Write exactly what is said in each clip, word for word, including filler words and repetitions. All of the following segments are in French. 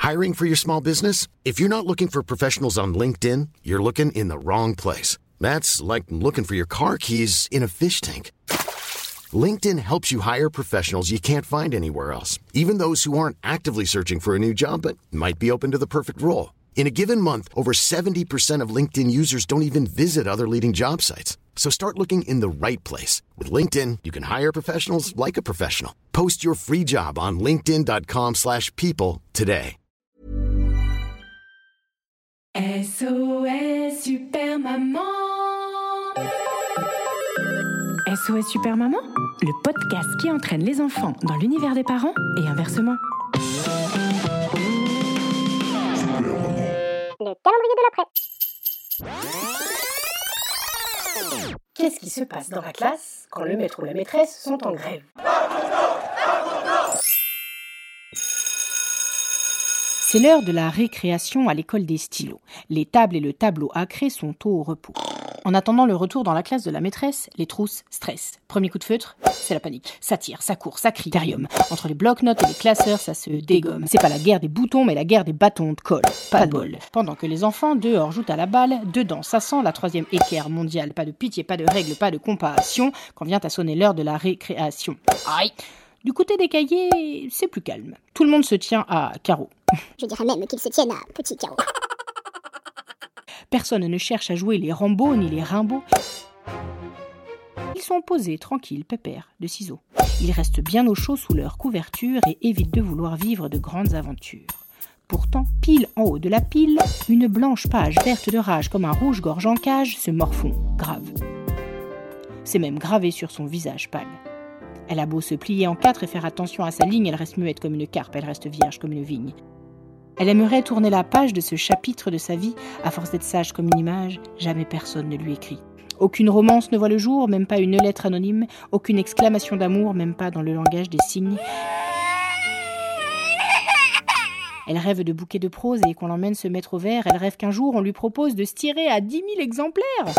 Hiring for your small business? If you're not looking for professionals on LinkedIn, you're looking in the wrong place. That's like looking for your car keys in a fish tank. LinkedIn helps you hire professionals you can't find anywhere else, even those who aren't actively searching for a new job but might be open to the perfect role. In a given month, over seventy percent of LinkedIn users don't even visit other leading job sites. So start looking in the right place. With LinkedIn, you can hire professionals like a professional. Post your free job on linkedin.com slash people today. S O S Super Maman. S O S Super Maman, le podcast qui entraîne les enfants dans l'univers des parents et inversement. Le calendrier de l'après. Qu'est-ce qui se passe dans la classe quand le maître ou la maîtresse sont en grève ? C'est l'heure de la récréation à l'école des stylos. Les tables et le tableau acré sont au repos. En attendant le retour dans la classe de la maîtresse, les trousses stressent. Premier coup de feutre, c'est la panique. Ça tire, ça court, ça crie. Terrium. Entre les blocs-notes et les classeurs, ça se dégomme. C'est pas la guerre des boutons, mais la guerre des bâtons de colle. Pas de bol. Pendant que les enfants, dehors, jouent à la balle, dedans, ça sent la troisième équerre mondiale. Pas de pitié, pas de règles, pas de compassion, quand vient à sonner l'heure de la récréation. Aïe. Du côté des cahiers, c'est plus calme. Tout le monde se tient à carreau. Je dirais même qu'ils se tiennent à petit carreau. Personne ne cherche à jouer les Rambo ni les Rimbaud. Ils sont posés, tranquilles, pépères, de ciseaux. Ils restent bien au chaud sous leur couverture et évitent de vouloir vivre de grandes aventures. Pourtant, pile en haut de la pile, une blanche page verte de rage comme un rouge-gorge en cage se morfond, grave. C'est même gravé sur son visage pâle. Elle a beau se plier en quatre et faire attention à sa ligne, elle reste muette comme une carpe, elle reste vierge comme une vigne. Elle aimerait tourner la page de ce chapitre de sa vie, à force d'être sage comme une image, jamais personne ne lui écrit. Aucune romance ne voit le jour, même pas une lettre anonyme, aucune exclamation d'amour, même pas dans le langage des signes. Elle rêve de bouquets de prose et qu'on l'emmène se mettre au vert, elle rêve qu'un jour on lui propose de se tirer à dix mille exemplaires.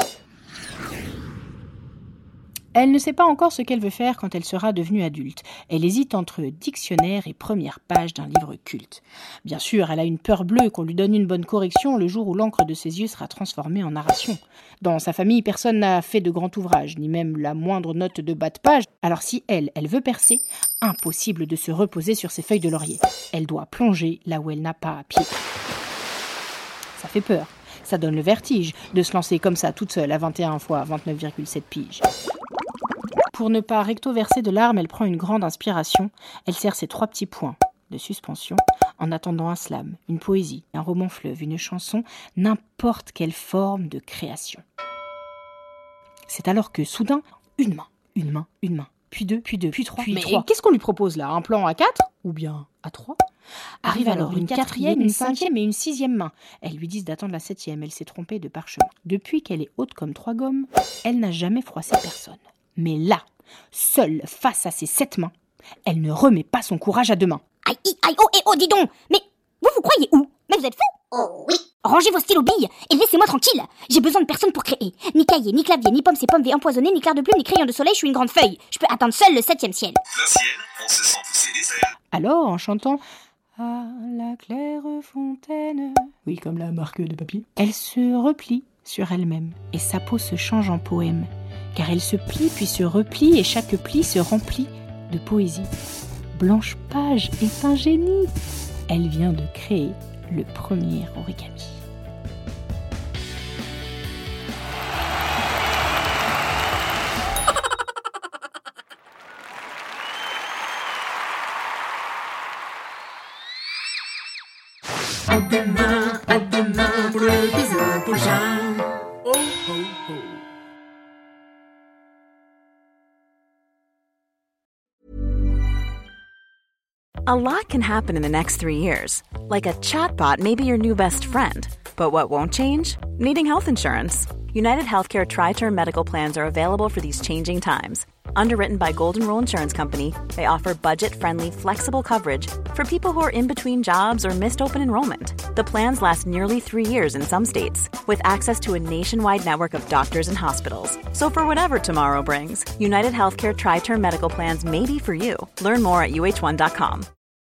Elle ne sait pas encore ce qu'elle veut faire quand elle sera devenue adulte. Elle hésite entre dictionnaire et première page d'un livre culte. Bien sûr, elle a une peur bleue qu'on lui donne une bonne correction le jour où l'encre de ses yeux sera transformée en narration. Dans sa famille, personne n'a fait de grand ouvrage, ni même la moindre note de bas de page. Alors si elle, elle veut percer, impossible de se reposer sur ses feuilles de laurier. Elle doit plonger là où elle n'a pas pied. Ça fait peur. Ça donne le vertige de se lancer comme ça toute seule à vingt et un fois vingt-neuf virgule sept piges. Pour ne pas recto-verser de larmes, elle prend une grande inspiration. Elle serre ses trois petits points de suspension en attendant un slam, une poésie, un roman fleuve, une chanson, n'importe quelle forme de création. C'est alors que, soudain, une main, une main, une main, puis deux, puis deux, puis trois, puis Mais trois. Qu'est-ce qu'on lui propose là ? Un plan à quatre ? Ou bien à trois ? Arrive alors une quatrième, une cinquième et une sixième main. Elles lui disent d'attendre la septième, elle s'est trompée de parchemin. Depuis qu'elle est haute comme trois gommes, elle n'a jamais froissé personne. Mais là, seule face à ses sept mains, elle ne remet pas son courage à deux mains. Aïe, aïe, oh, et oh, dis donc. Mais vous vous croyez où ? Mais vous êtes fous ? Oh oui. Rangez vos stylos billes et laissez-moi tranquille. J'ai besoin de personne pour créer. Ni cahier, ni clavier, ni pomme, c'est pomme, V empoisonné, ni clair de plume, ni crayon de soleil, je suis une grande feuille. Je peux atteindre seul le septième ciel. D'un ciel, on se sent pousser des ailes. Alors, en chantant « À la claire fontaine », oui, comme la marque de papier, elle se replie sur elle-même et sa peau se change en poème. Car elle se plie puis se replie et chaque pli se remplit de poésie. Blanche Page est un génie. Elle vient de créer le premier origami. À demain, à demain pour le bisou prochain. Oh, oh, oh. A lot can happen in the next three years. Like a chatbot may be your new best friend. But what won't change? Needing health insurance. United Healthcare Tri-Term Medical Plans are available for these changing times. Underwritten by Golden Rule Insurance Company, they offer budget-friendly, flexible coverage for people who are in between jobs or missed open enrollment. The plans last nearly three years in some states, with access to a nationwide network of doctors and hospitals. So for whatever tomorrow brings, United Healthcare Tri-Term Medical Plans may be for you. Learn more at U H one dot com.